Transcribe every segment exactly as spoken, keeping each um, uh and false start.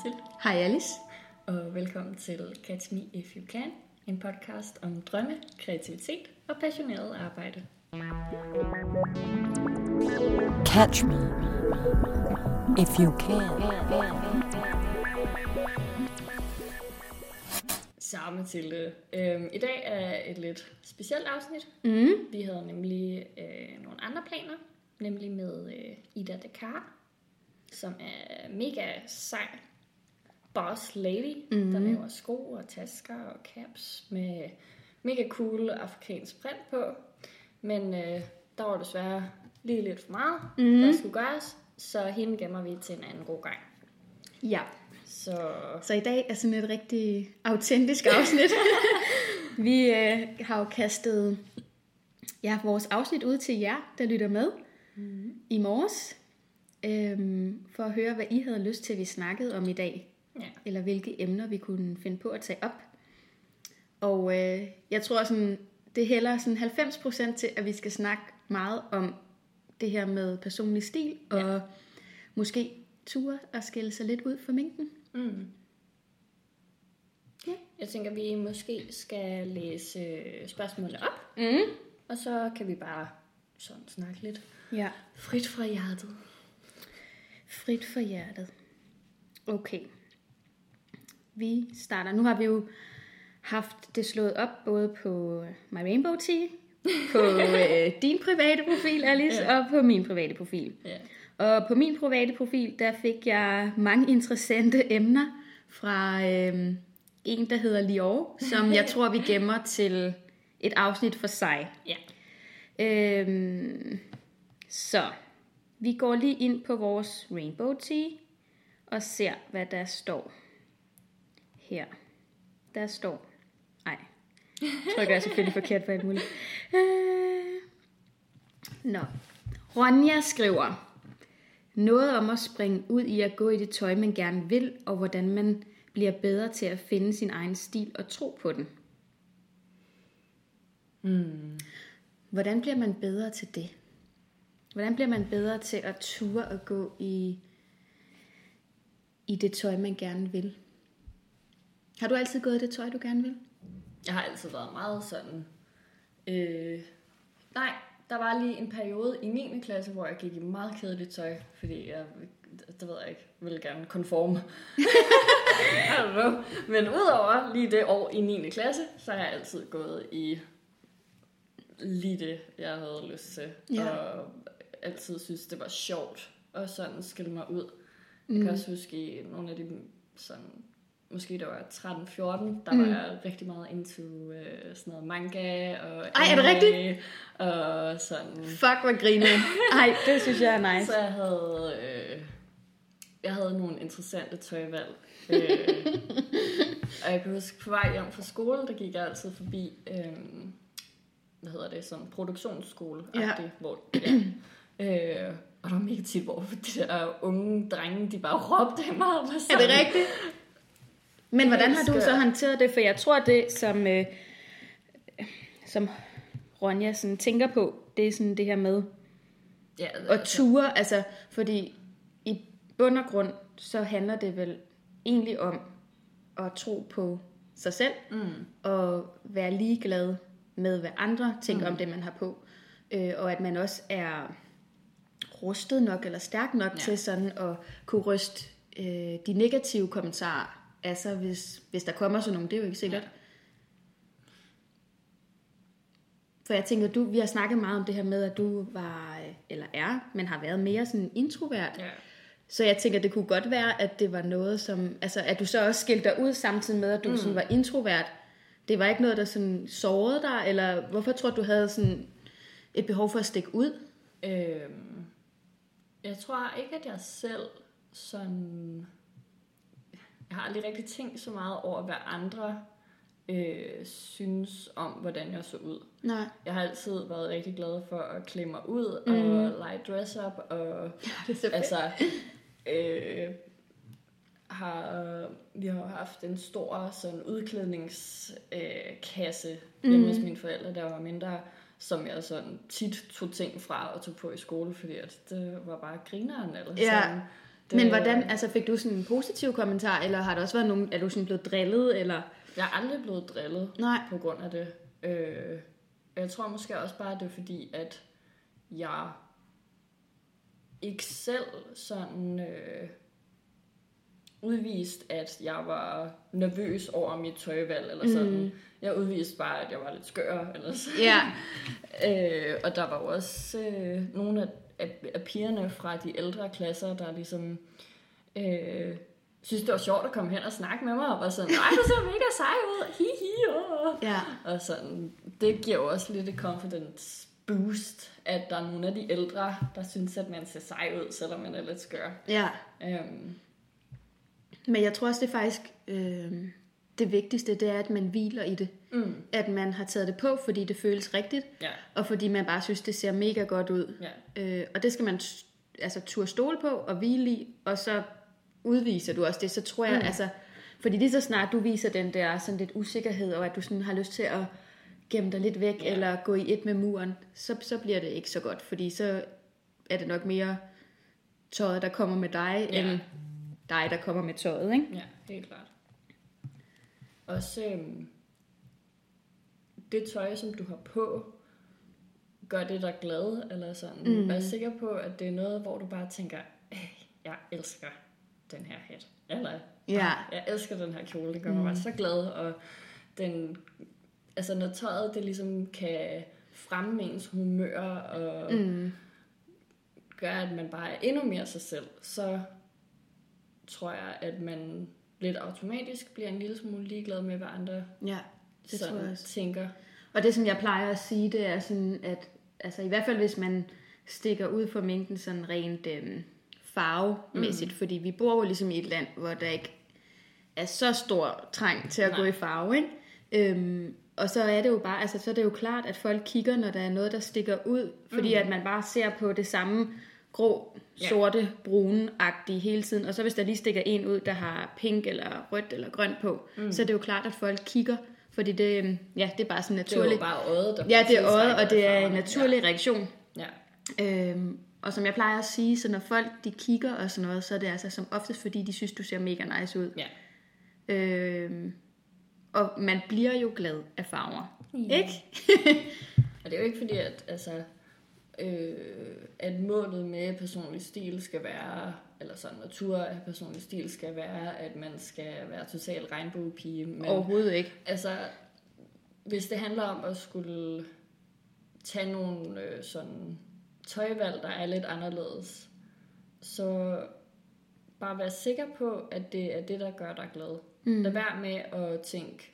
Audhild. Hej Alice. Og velkommen til Catch Me If You Can, en podcast om drømme, kreativitet og passioneret arbejde. Catch me if you can. Så Mathilde, øhm, i dag er et lidt specielt afsnit. Mm. Vi havde nemlig øh, nogle andre planer, nemlig med øh, Ida Dakar, som er mega sej boss lady, mm. der laver sko og tasker og caps med mega cool afrikansk print på. Men øh, der var desværre lige lidt for meget, mm. der skulle gøres, så hende gemmer vi til en anden god gang. Ja. Så, så i dag er sådan et rigtig autentisk afsnit. Vi øh, har jo kastet ja, vores afsnit ud til jer, der lytter med mm. i morges, øhm, for at høre, hvad I havde lyst til, at vi snakkede om i dag. Ja. Eller hvilke emner vi kunne finde på at tage op. Og øh, jeg tror, sådan, det hælder sådan halvfems procent til, at vi skal snakke meget om det her med personlig stil, og ja. måske ture og skille sig lidt ud for mængden. Mm. Ja. Jeg tænker, vi måske skal læse spørgsmålene op, mm. og så kan vi bare sådan snakke lidt. Ja. Frit fra hjertet. Frit fra hjertet. Okay. Vi starter. Nu har vi jo haft det slået op både på My Rainbow Tea, på øh, din private profil, Alice, ja. og på min private profil. Ja. Og på min private profil, der fik jeg mange interessante emner fra øh, en, der hedder Lior, som jeg tror, vi gemmer til et afsnit for sig. Ja. Øhm, så vi går lige ind på vores Rainbow Tea og ser, hvad der står her. Der står... Ej, trykker jeg selvfølgelig forkert for alt muligt. Øh, Nå. Ronja skriver... Noget om at springe ud i at gå i det tøj, man gerne vil, og hvordan man bliver bedre til at finde sin egen stil og tro på den. Mm. Hvordan bliver man bedre til det? Hvordan bliver man bedre til at ture og gå i, i det tøj, man gerne vil? Har du altid gået i det tøj, du gerne vil? Jeg har altid været meget sådan... Øh, nej, der var lige en periode i niende klasse, hvor jeg gik i meget kedeligt tøj, fordi jeg, det ved jeg ikke, ville gerne konforme. I don't know. Men udover lige det år i niende klasse, så har jeg altid gået i lige det, jeg havde lyst til. Ja. Og altid synes, det var sjovt at sådan skille mig ud. Mm. Jeg kan også huske i nogle af de sådan... Måske det var tretten fjorten, der mm. var jeg rigtig meget into uh, sådan noget manga og Ej, er det rigtigt? Og sådan. Fuck, hvor griner. Ej, det synes jeg er nice. Så jeg havde, øh, jeg havde nogle interessante tøjvalg. øh, og jeg kan huske, på vej hjem fra skole, der gik jeg altid forbi, øh, hvad hedder det, sådan produktionsskole, ja. hvor det der. øh, og der var mega tit, hvor de der unge drenge, de bare råbte af mig. Er det rigtigt? Men hvordan har du så håndteret det? For jeg tror, det som, øh, som Ronja sådan tænker på, det er sådan det her med ja, det at ture. Altså, fordi i bund og grund, så handler det vel egentlig om at tro på sig selv, mm. og være ligeglad med, hvad andre tænker mm. om det, man har på. Øh, og at man også er rustet nok, eller stærk nok ja. til sådan at kunne ryste øh, de negative kommentarer. Altså, hvis, hvis der kommer sådan nogle, det er jo ikke sikkert. Ja. For jeg tænker, du, vi har snakket meget om det her med, at du var, eller er, men har været mere sådan introvert. Ja. Så jeg tænker, det kunne godt være, at det var noget som, altså, at du så også skilte dig ud samtidig med, at du mm. sådan var introvert. Det var ikke noget, der sådan sårede dig, eller hvorfor tror du, du havde sådan et behov for at stikke ud? Øhm, jeg tror ikke, at jeg selv sådan... Jeg har aldrig rigtig tænkt så meget over, hvad andre øh, synes om, hvordan jeg så ud. Nej. Jeg har altid været rigtig glad for at klæde mig ud mm. og lege dress up. Og, ja, det er så altså, øh, har, vi har haft en stor sådan, udklædningskasse øh, hjemme mm. hos mine forældre, der var mindre, som jeg sådan tit tog ting fra og tog på i skole, fordi at det var bare grineren eller ja. sådan. Det, Men hvordan, altså fik du sådan en positiv kommentar, eller har der også været nogen, er du sådan blevet drillet, eller? Jeg er aldrig blevet drillet Nej. på grund af det. Øh, jeg tror måske også bare, det er fordi, at jeg ikke selv sådan øh, udvist, at jeg var nervøs over mit tøjvalg, eller sådan. Mm. Jeg udviste bare, at jeg var lidt skør, eller sådan. Yeah. øh, og der var jo også øh, nogle af, af, af pigerne fra de ældre klasser, der ligesom øh, synes, det var sjovt at komme hen og snakke med mig, og var sådan, nej, du ser mega sej ud, hi hi, oh. Ja. Og sådan, det giver jo også lidt et confidence boost, at der er nogle af de ældre, der synes, at man ser sej ud, selvom man er lidt skør. Ja. Øhm. Men jeg tror også, det er faktisk øh, det vigtigste, det er, at man hviler i det. Mm. At man har taget det på, fordi det føles rigtigt, Ja. og fordi man bare synes, det ser mega godt ud. Ja. Øh, og det skal man t- altså turde stole på og hvile i, og så udviser du også det. Så tror jeg, Mm. altså, fordi lige så snart du viser den der sådan lidt usikkerhed, og at du sådan har lyst til at gemme dig lidt væk, Ja. eller gå i et med muren, så, så bliver det ikke så godt, fordi så er det nok mere tøjet, der kommer med dig, Ja. end dig, der kommer med tøjet, ikke? Ja, helt klart. Også øhm, det tøj, som du har på, gør det dig glad, eller sådan. Mm. Vær sikker på, at det er noget, hvor du bare tænker, jeg elsker den her hat. Eller, Ja. jeg elsker den her kjole, det gør mig mm. bare så glad. Og den, altså når tøjet, det ligesom kan fremme ens humør, og Mm. gøre, at man bare er endnu mere sig selv, så tror jeg, at man lidt automatisk bliver en lille smule ligeglad med, hvad andre Ja, det sådan tror jeg også. tænker. Og det, som jeg plejer at sige, det er sådan, at altså i hvert fald, hvis man stikker ud for mængden sådan rent øhm, farvemæssigt, mm. fordi vi bor jo ligesom i et land, hvor der ikke er så stor træng til at Nej. gå i farve, ikke? Øhm, og så er det jo bare, altså så er det jo klart, at folk kigger, når der er noget, der stikker ud, fordi mm. at man bare ser på det samme grå, sorte, brune-agtige hele tiden, og så hvis der lige stikker en ud, der har pink eller rødt eller grønt på, mm. så er det jo klart, at folk kigger, fordi det, ja, det er bare sådan naturligt. Det er jo bare øjet, der Ja, det er øjet, og det tiltrækker er en farverne. naturlig reaktion. Ja. Øhm, og som jeg plejer at sige, så når folk de kigger og sådan noget, så er det altså som oftest, fordi de synes, du ser mega nice ud. Ja. Øhm, og man bliver jo glad af farver, Ja. ikke? Og det er jo ikke fordi, at, altså, øh, at målet med personlig stil skal være, eller sådan natur af personlig stil skal være, at man skal være total regnbuepige. Men Overhovedet ikke. altså, hvis det handler om at skulle tage nogle øh, sådan tøjvalg, der er lidt anderledes, så bare vær sikker på, at det er det, der gør dig glad. Mm. Lad være med at tænke,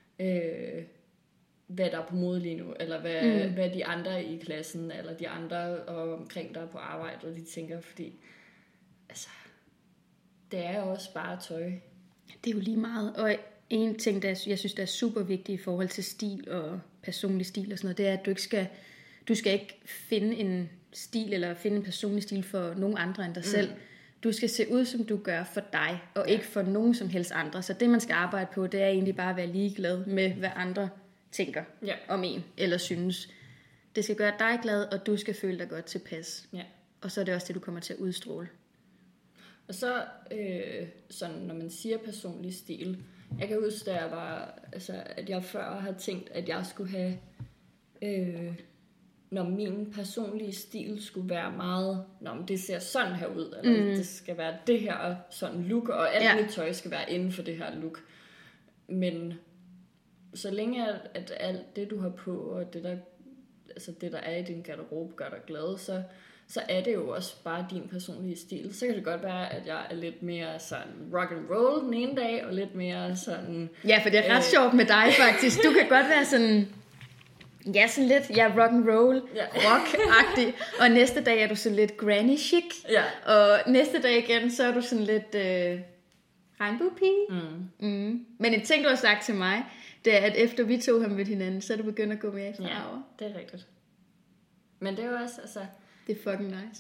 øh, hvad der er på mode lige nu, eller hvad, mm. hvad de andre i klassen, eller de andre omkring dig på arbejde, de tænker, fordi altså, det er jo også bare tøj. Det er jo lige meget. Og en ting, der jeg synes, der er super vigtigt i forhold til stil og personlig stil og sådan noget, det er, at du ikke skal, du skal ikke finde en stil, eller finde en personlig stil for nogen andre end dig mm. selv. Du skal se ud, som du gør for dig, og ja. ikke for nogen som helst andre. Så det, man skal arbejde på, det er egentlig bare at være ligeglad med, hvad andre tænker ja. om en, eller synes. Det skal gøre dig glad, og du skal føle dig godt tilpas. Ja. Og så er det også det, du kommer til at udstråle. Og så, øh, sådan, når man siger personlig stil, jeg kan huske, da jeg var, altså, at jeg før har tænkt, at jeg skulle have, øh, når min personlige stil skulle være meget, når det ser sådan her ud, eller mm. det skal være det her sådan look, og alt ja. mit tøj skal være inden for det her look. Men så længe at, at alt det, du har på, og det der, altså det, der er i din garderobe, gør dig glad, så så er det jo også bare din personlige stil. Så kan det godt være, at jeg er lidt mere sådan rock and roll den ene dag, og lidt mere sådan... Ja, for det er ret øh... sjovt med dig faktisk. Du kan godt være sådan... Ja, sådan lidt, ja, rock and roll, ja. rock-agtig. Og næste dag er du sådan lidt granny chic. Ja. Og næste dag igen, så er du sådan lidt øh, regnbuepige. Mm. Mm. Men en ting, du har sagt til mig, det er, at efter vi to har mødt hinanden, så er du begyndt at gå mere i farver. Ja, det er rigtigt. Men det er jo også, altså... Det er fucking nice.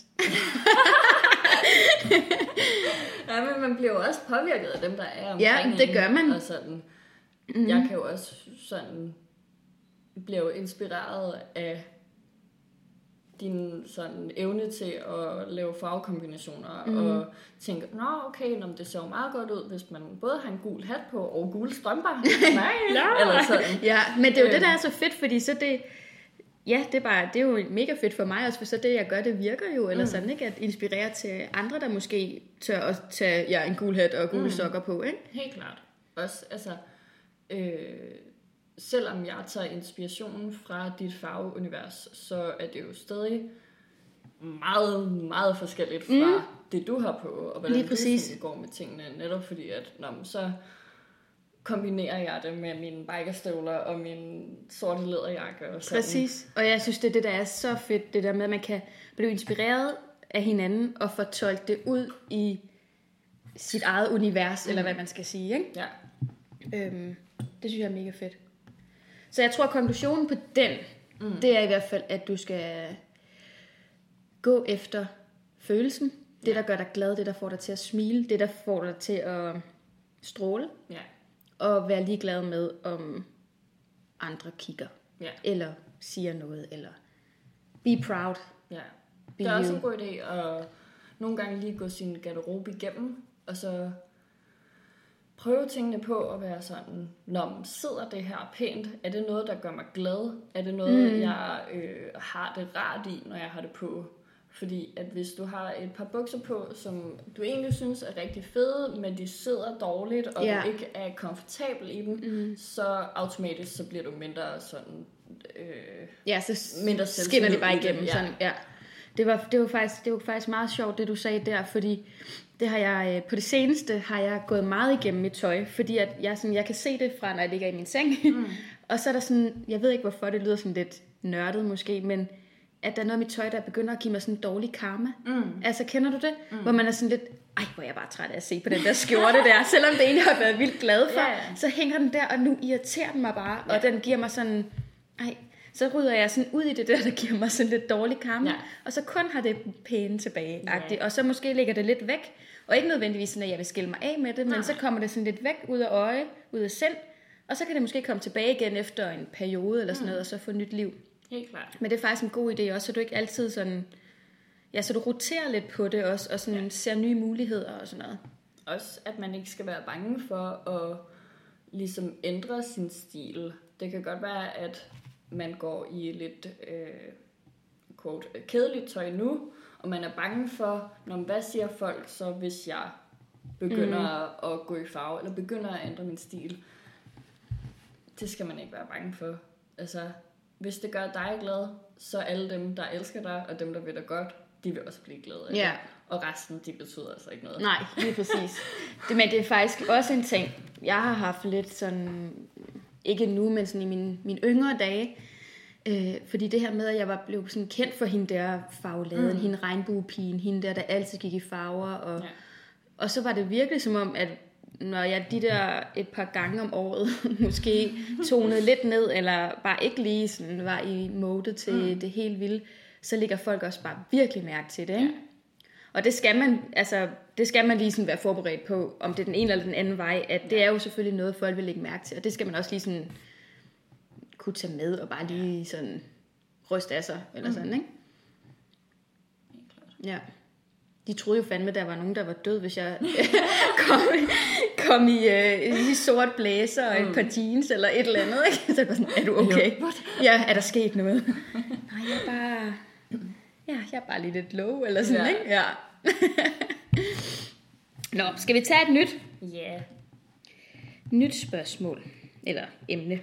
Ja, men man bliver jo også påvirket af dem, der er omkring. Ja, det gør man. Og sådan, mm-hmm. Jeg kan jo også sådan, bliver jo inspireret af din sådan evne til at lave farvekombinationer, mm. og tænke, nå okay, nå, det ser jo meget godt ud, hvis man både har en gul hat på, og gule strømper. Nej, ja. Eller sådan. Ja, men det er jo øh. det, der er så fedt, fordi så det, ja, det er, bare, det er jo mega fedt for mig også, for så det, jeg gør, det virker jo, eller mm. sådan, ikke? At inspirere til andre, der måske tør at tage ja, en gul hat og gule mm. sokker på, ikke? Helt klart. Også, altså, øh, selvom jeg tager inspirationen fra dit farveunivers, så er det jo stadig meget, meget forskelligt fra mm. det, du har på, og hvordan Lige præcis. Du går med tingene, netop fordi, at nå, så kombinerer jeg det med mine bikerstøvler og min sorte læderjakke og sådan. Præcis, og jeg synes, det er det, der er så fedt, det der med, at man kan blive inspireret af hinanden og fortolke det ud i sit eget univers, mm. eller hvad man skal sige, ikke? Ja. Øhm, det synes jeg er mega fedt. Så jeg tror, at konklusionen på den, mm. det er i hvert fald, at du skal gå efter følelsen. Det, der gør dig glad, det, der får dig til at smile, det, der får dig til at stråle. Ja. Og være ligeglad med, om andre kigger. Ja. Eller siger noget, eller be proud. Ja. Det er også en god idé at nogle gange lige gå sin garderobe igennem, og så prøve tingene på at være sådan, når sidder det her pænt? Er det noget, der gør mig glad? Er det noget, mm. jeg øh, har det rart i, når jeg har det på? Fordi at hvis du har et par bukser på, som du egentlig synes er rigtig fede, men de sidder dårligt, og yeah. du ikke er komfortabel i dem, mm. så automatisk så bliver du mindre sådan øh, ja, så mindre skinner de bare igennem. Ja. Sådan, ja. Det var, det var faktisk, det var faktisk meget sjovt, det du sagde der, fordi det har jeg, på det seneste har jeg gået meget igennem mit tøj, fordi at jeg, sådan, jeg kan se det fra, når jeg ligger i min seng, mm. og så er der sådan, jeg ved ikke hvorfor, det lyder sådan lidt nørdet måske, men at der er noget af mit tøj, der begynder at give mig sådan en dårlig karma. Mm. Altså, kender du det? Mm. Hvor man er sådan lidt, ej, hvor er jeg bare træt af at se på den der skjorte der, selvom det egentlig har været vildt glad for, yeah. så hænger den der, og nu irriterer den mig bare, yeah. og den giver mig sådan, ej, så rydder jeg sådan ud i det der, der giver mig sådan lidt dårlig karma, yeah. og så kun har det pæne tilbage, yeah. og så måske ligger det lidt væk, og ikke nødvendigvis sådan, at jeg vil skille mig af med det, men Nej. Så kommer det sådan lidt væk ud af øje, ud af sind, og så kan det måske komme tilbage igen efter en periode eller sådan mm. noget, og så få nyt liv. Helt klart. Men det er faktisk en god idé også, så du ikke altid sådan, ja, så du roterer lidt på det også, og sådan ja. Ser nye muligheder og sådan noget. Også, at man ikke skal være bange for at ligesom ændre sin stil. Det kan godt være, at man går i lidt øh, quote, kedeligt tøj nu, og man er bange for, når, hvad siger folk så, hvis jeg begynder mm. at gå i farve, eller begynder at ændre min stil. Det skal man ikke være bange for. Altså, hvis det gør dig glad, så alle dem, der elsker dig, og dem, der vil dig godt, de vil også blive glade af ja. det. Og resten, de betyder altså ikke noget. Nej, lige præcis. det, men det er faktisk også en ting, jeg har haft lidt sådan, ikke nu, men sådan i mine, mine yngre dage, øh, fordi det her med, at jeg var blevet sådan kendt for hende der farveladen, mm. hende regnbuepigen, hende der, der altid gik i farver, og, ja. Og så var det virkelig som om, at når jeg de der et par gange om året måske tonede lidt ned, eller bare ikke lige sådan var i mode til mm. det helt vilde, så ligger folk også bare virkelig mærke til det, ikke? Ja. Og det skal man, altså, det skal man lige sådan være forberedt på, om det er den ene eller den anden vej, at det er jo selvfølgelig noget, folk vil lægge mærke til, og det skal man også lige sådan kunne tage med, og bare lige sådan ryste af sig, eller mm. sådan, ikke? Helt klart. Ja. De troede jo fandme, der var nogen, der var død, hvis jeg kom, kom i, uh, i sort blæser og et par jeans eller et eller andet, ikke? Så jeg var sådan, er du okay? Ja, er der sket noget? Nej, jeg er bare, ja, jeg er bare lige lidt low, eller sådan, ja. Ikke? Ja. Nå, skal vi tage et nyt? Ja. Yeah. Nyt spørgsmål, eller emne.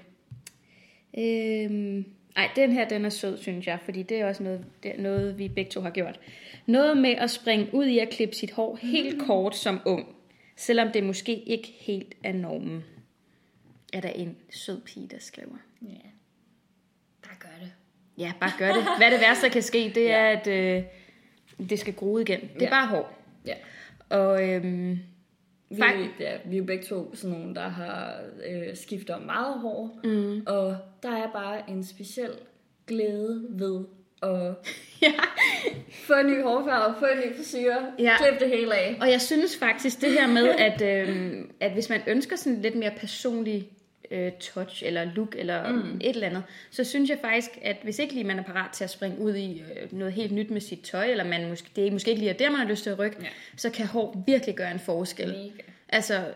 Øhm, ej, den her, den er sød, synes jeg, fordi det er også noget, det er noget, vi begge to har gjort. Noget med at springe ud i at klippe sit hår helt mm. kort som ung, selvom det måske ikke helt er normen. Er der en sød pige, der skriver? Ja, bare gør det. Ja, bare gør det. Hvad det værste, der kan ske, det ja. er, at øh, det skal gro igen. Det er ja. bare hår. Ja. Og øhm, vi, fakt- ja, vi er jo begge to sådan nogle, der har øh, skifter meget hår, mm. og der er bare en speciel glæde ved at ja. få en ny hårfarve, få en ny frisyre, ja. Klip det hele af. Og jeg synes faktisk det her med, at, øh, at hvis man ønsker sådan lidt mere personlig øh, touch, eller look, eller mm. et eller andet, så synes jeg faktisk, at hvis ikke lige man er parat til at springe ud i øh, noget helt nyt med sit tøj, eller man måske, det er måske ikke lige er der, man har lyst til at rykke, ja. så kan hår virkelig gøre en forskel. Mega. Altså,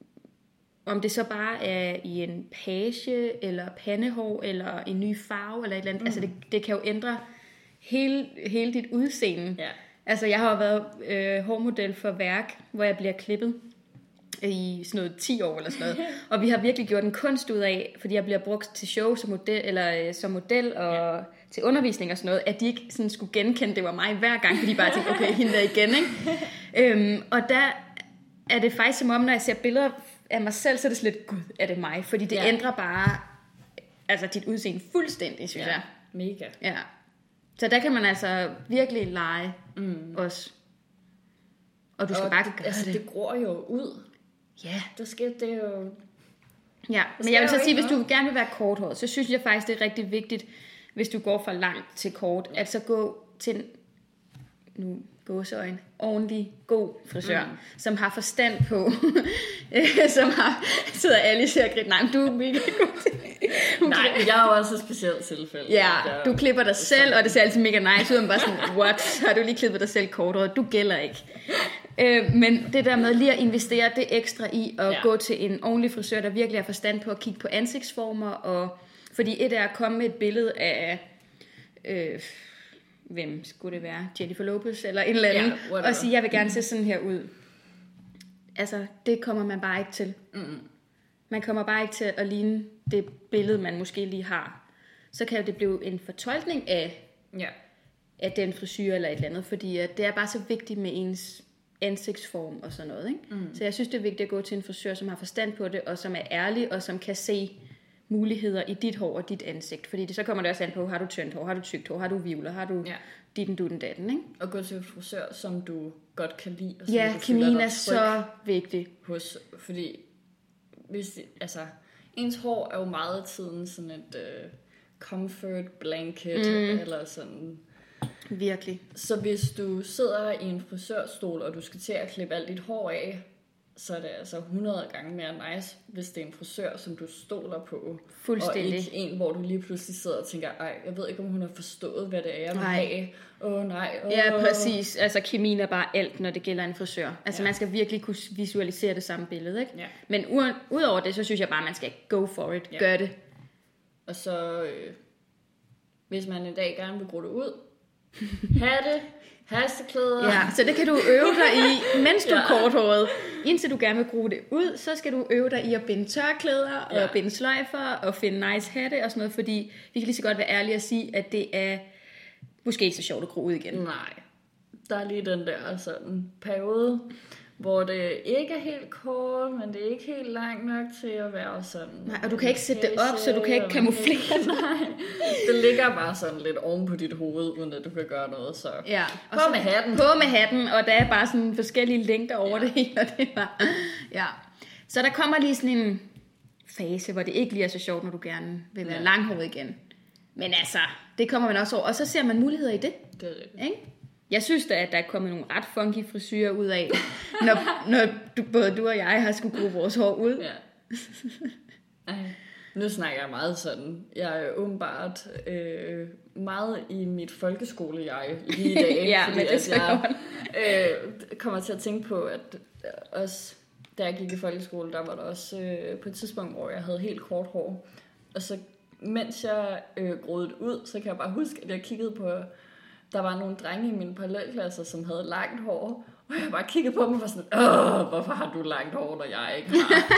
om det så bare er i en page, eller pandehår, eller en ny farve, eller et eller andet, mm. altså det, det kan jo ændre hele, hele dit udseende. Ja. Altså, jeg har jo været øh, hårmodel for værk, hvor jeg bliver klippet i sådan noget ti år eller sådan noget. Og vi har virkelig gjort en kunst ud af, fordi jeg bliver brugt til show som model, eller øh, som model og ja. til undervisning og sådan noget, at de ikke sådan skulle genkende, det var mig hver gang, fordi de bare tænkte, okay, hende der igen, ikke? øhm, og der er det faktisk som om, når jeg ser billeder af mig selv, så er det sådan lidt, gud, er det mig? Fordi det ja. ændrer bare altså dit udseende fuldstændig, synes ja. jeg. Mega. Ja. Så der kan man altså virkelig lege mm. også. Og du skal og bare gøre altså, det. det gror jo ud. Ja. Der skal det jo... Ja, men jeg vil så sige, hvis du gerne vil være korthåret, så synes jeg faktisk, det er rigtig vigtigt, hvis du går fra langt til kort, at så gå til, nu gåseøjne, ordentlig god frisør, mm. som har forstand på, som har, sidder Alice og griner, nej, men du er mega god til nej, jeg er jo også et specielt tilfælde. Ja, du klipper dig selv, og det ser altid mega nice ud, og man bare sådan, what, har du lige klippet dig selv korthåret? Du gælder ikke. Øh, men det der med lige at investere det ekstra i, at ja. gå til en ordentlig frisør, der virkelig har forstand på at kigge på ansigtsformer, og fordi et er at komme med et billede af, øh, hvem skulle det være, Jennifer Lopez eller en eller anden, ja, og sige, jeg vil gerne se sådan her ud. Altså, det kommer man bare ikke til. Mm. Man kommer bare ikke til at ligne det billede, man måske lige har. Så kan det blive en fortolkning af, ja. af den frisyr eller et eller andet, fordi det er bare så vigtigt med ens ansigtsform og sådan noget. Ikke? Mm. Så jeg synes, det er vigtigt at gå til en frisør, som har forstand på det, og som er ærlig, og som kan se muligheder i dit hår og dit ansigt. Fordi det, så kommer det også an på, har du tyndt hår, har du tykt hår, har du vivler, har du ja. ditten, dutten, datten, ikke? Og gå til en frisør, som du godt kan lide. Og ja, kemien er så vigtig. Hos, fordi hvis, altså, ens hår er jo meget af tiden sådan et uh, comfort blanket, mm. eller sådan. Virkelig. Så hvis du sidder i en frisørstol, og du skal til at klippe alt dit hår af, så er det altså hundrede gange mere nice, hvis det er en frisør, som du stoler på. Fuldstændig. Og ikke en, hvor du lige pludselig sidder og tænker, ej, jeg ved ikke, om hun har forstået, hvad det er, jeg vil have. Åh oh, nej. Oh. Ja, præcis. Altså, kemien er bare alt, når det gælder en frisør. Altså, ja. man skal virkelig kunne visualisere det samme billede, ikke? Ja. Men u- udover det, så synes jeg bare, man skal go for it. Ja. Gør det. Og så, øh, hvis man en dag gerne vil gro det ud, hatte, hasteklæder. Ja, så det kan du øve dig i, mens du er ja. korthåret. Indtil du gerne vil bruge det ud, så skal du øve dig i at binde tørklæder, ja. og binde sløjfer, og finde nice hatte og sådan noget, fordi vi kan lige så godt være ærlige at sige, at det er måske ikke så sjovt at gro ud igen. Nej, der er lige den der sådan periode, hvor det ikke er helt kort, men det er ikke helt langt nok til at være sådan. Nej, og du kan ikke sætte det op, så du kan ikke kamuflere. Nej, det ligger bare sådan lidt oven på dit hoved, uden at du kan gøre noget. Så ja, på med hatten. På med hatten, og der er bare sådan forskellige længder over ja. det hele. Og det var, ja. Så der kommer lige sådan en fase, hvor det ikke lige er så sjovt, når du gerne vil være ja. langhåret igen. Men altså, det kommer man også over. Og så ser man muligheder i det. Det er det. Ikke? Jeg synes da, at der er kommet nogle ret funky frisyrer ud af, når, når du, både du og jeg har skulle gro vores hår ud. Ja. Ej, nu snakker jeg meget sådan. Jeg er åbenbart øh, meget i mit folkeskole-jeg lige i dag. ja, fordi men det at jeg øh, kommer til at tænke på, at også da jeg gik i folkeskole, der var der også øh, på et tidspunkt, hvor jeg havde helt kort hår. Og så mens jeg øh, groede det ud, så kan jeg bare huske, at jeg kiggede på... Der var nogle drenge i mine parallelklasser, som havde langt hår, og jeg bare kiggede på dem og var sådan, åh, hvorfor har du langt hår, når jeg ikke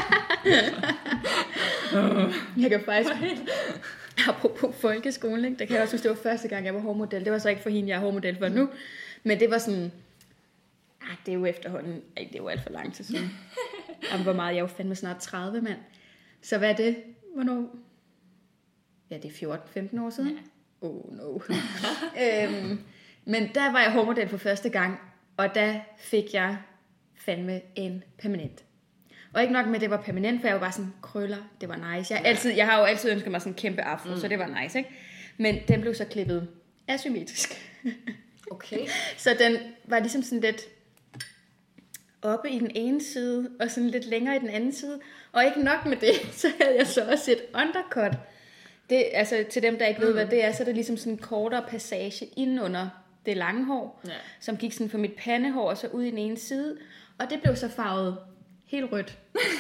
har? Jeg kan faktisk, apropos folkeskolen, ikke? Der kan jeg også huske, det var første gang, jeg var hårmodel. Det var så ikke for hende, jeg er hårmodel for nu, men det var sådan, ah, det er jo efterhånden, ej, det er jo alt for lang tid siden. Og hvor meget, jeg er jo fandme snart tredive, mand. Så hvad er det? Hvornår? Ja, det er fjorten femten år siden. Ja. Oh no. øhm, men der var jeg hårmodel for første gang, og der fik jeg fandme en permanent. Og ikke nok med, at det var permanent, for jeg var bare sådan, krøller, det var nice. Jeg, altid, jeg har jo altid ønsket mig sådan en kæmpe afro, mm. så det var nice, ikke? Men den blev så klippet asymmetrisk. Okay. Så den var ligesom sådan lidt, oppe i den ene side, og sådan lidt længere i den anden side. Og ikke nok med det, så havde jeg så også et undercut. Det, altså til dem, der ikke ved, mm. hvad det er, så er det ligesom sådan en kortere passage ind under det lange hår, ja. Som gik sådan fra mit pandehår og så ud i den ene side. Og det blev så farvet helt rødt.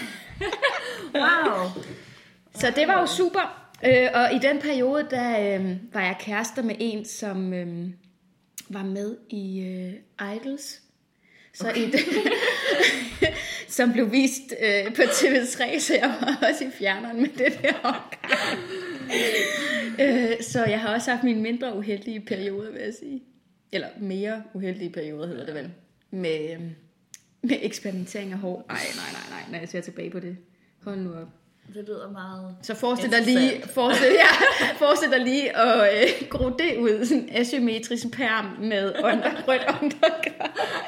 Wow! Så det var jo super. Øh, og i den periode, der øh, var jeg kærester med en, som øh, var med i øh, Idols. Så okay. i det, som blev vist øh, på T V tre, så jeg var også i fjerneren med det der omgang. øh, så jeg har også haft mine mindre uheldige perioder, vil jeg sige. Eller mere uheldige perioder, hedder det vel. Med, øh, med eksperimentering af hår. Ej, nej, nej, nej, når jeg ser tilbage på det. Hold nu op. Det lyder meget... Så forestil dig lige, forestil, ja, forestil dig lige at øh, gro det ud, sådan en asymmetrisk perm med under, rødt undergræd.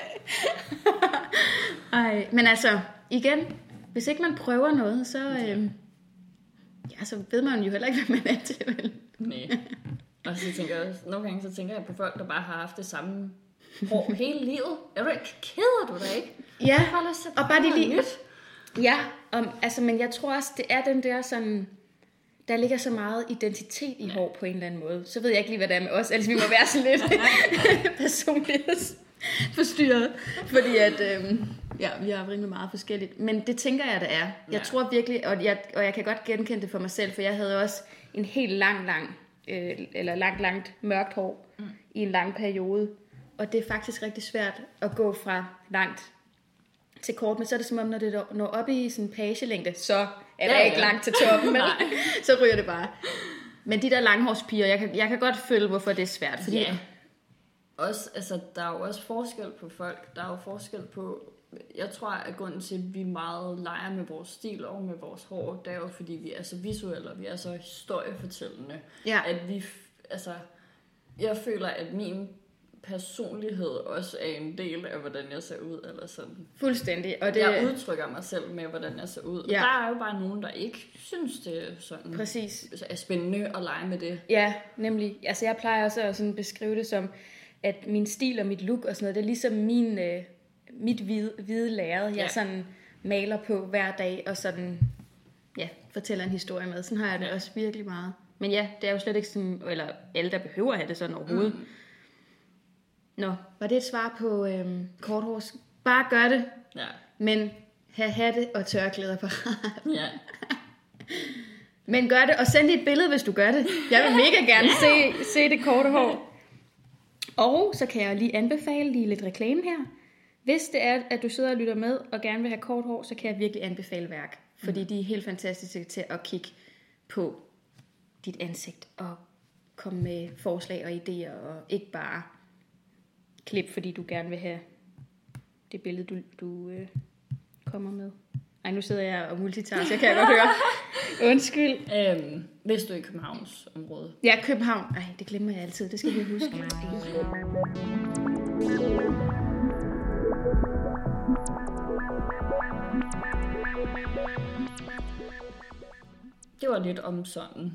Ej, men altså, igen, hvis ikke man prøver noget, så, øh, ja, så ved man jo heller ikke, hvad man er til, vel? Nej. Og så tænker jeg også, nogle gange så tænker jeg på folk, der bare har haft det samme hår hele livet. Er du ikke, keder du dig ikke? Ja, og bare det lige... Ja, um, altså, men jeg tror også, det er den der sådan, der ligger så meget identitet i hår på en eller anden måde. Så ved jeg ikke lige, hvad det er med os, ellers vi må være sådan lidt personlighedsforstyrret. Fordi at, øhm, ja, vi har rimelig meget forskelligt. Men det tænker jeg, det er. Jeg ja. tror virkelig, og jeg, og jeg kan godt genkende det for mig selv, for jeg havde også en helt lang, lang, øh, eller langt, langt mørkt hår mm. i en lang periode. Og det er faktisk rigtig svært at gå fra langt til kort, men så er det som om, når det når op i sådan en pagelængde, så er det ja, ikke ja. langt til toppen, men så ryger det bare. Men de der langhårspiger, jeg kan, jeg kan godt føle, hvorfor det er svært. Fordi ja. Også, altså, der er jo også forskel på folk. Der er jo forskel på, jeg tror, at grunden til, at vi meget leger med vores stil og med vores hår, det er jo, fordi vi er så visuelle, og vi er så historiefortællende, ja. At vi, altså, jeg føler, at min personlighed også er en del af, hvordan jeg ser ud, eller sådan. Fuldstændig. Og det... Jeg udtrykker mig selv med, hvordan jeg ser ud. Ja. Der er jo bare nogen, der ikke synes, det er sådan. Præcis. Er spændende at lege med det. Ja, nemlig. Altså, jeg plejer også at sådan beskrive det som, at min stil og mit look og sådan noget, det er ligesom min, øh, mit hvide, hvide lærred, jeg ja. sådan maler på hver dag, og sådan, ja, fortæller en historie med. Sådan har jeg det ja. også virkelig meget. Men ja, det er jo slet ikke sådan, eller alle, der behøver at have det sådan overhovedet. Mm. Nå, var det et svar på øhm, korthårs? Bare gør det, ja. Men have hatte og tørklæder på. Ja. Men gør det, og send et billede, hvis du gør det. Jeg vil mega gerne ja. se, se det korte hår. Og så kan jeg lige anbefale lige lidt reklame her. Hvis det er, at du sidder og lytter med, og gerne vil have kort hår, så kan jeg virkelig anbefale Værk. Fordi mm. de er helt fantastiske til at kigge på dit ansigt, og komme med forslag og idéer, og ikke bare klip, fordi du gerne vil have det billede, du, du øh, kommer med. Ej, nu sidder jeg og multitasker, jeg kan godt høre. Undskyld. Øhm, hvis du er i Københavns område. Ja, København. Ej, det glemmer jeg altid. Det skal vi huske. Det var lidt om sådan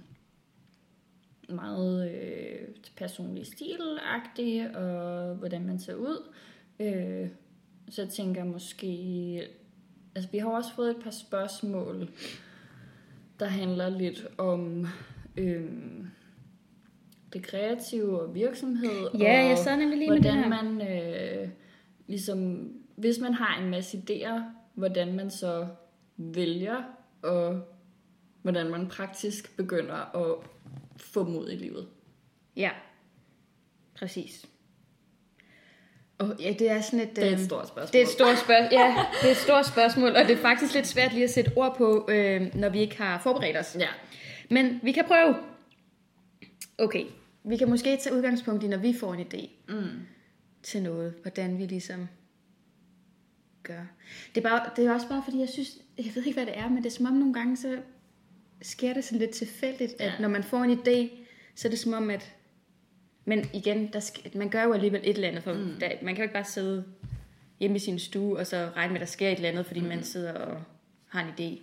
meget øh, personlig stilagtig, og hvordan man ser ud. Øh, så jeg tænker måske... Altså, vi har også fået et par spørgsmål, der handler lidt om øh, det kreative og virksomhed. Ja, jeg sad nemlig lige med det her. Hvordan man øh, ligesom... Hvis man har en masse idéer, hvordan man så vælger, og hvordan man praktisk begynder at få dem ud i livet. Ja, præcis. Og ja, det er sådan et... Det er et stort spørgsmål. Det er et stort spørgsmål, ja, det er et stort spørgsmål, og det er faktisk lidt svært lige at sætte ord på, øh, når vi ikke har forberedt os. Ja. Men vi kan prøve. Okay, vi kan måske tage udgangspunkt i, når vi får en idé mm. til noget, hvordan vi ligesom gør. Det er, bare, det er også bare, fordi jeg synes, jeg ved ikke, hvad det er, men det er som om nogle gange, så sker det sådan lidt tilfældigt, at ja. Når man får en idé, så er det som om, at men igen, der sk- man gør jo alligevel et eller andet, for mm. der, man kan jo ikke bare sidde hjemme i sin stue, og så regne med, at der sker et eller andet, fordi mm. man sidder og har en idé.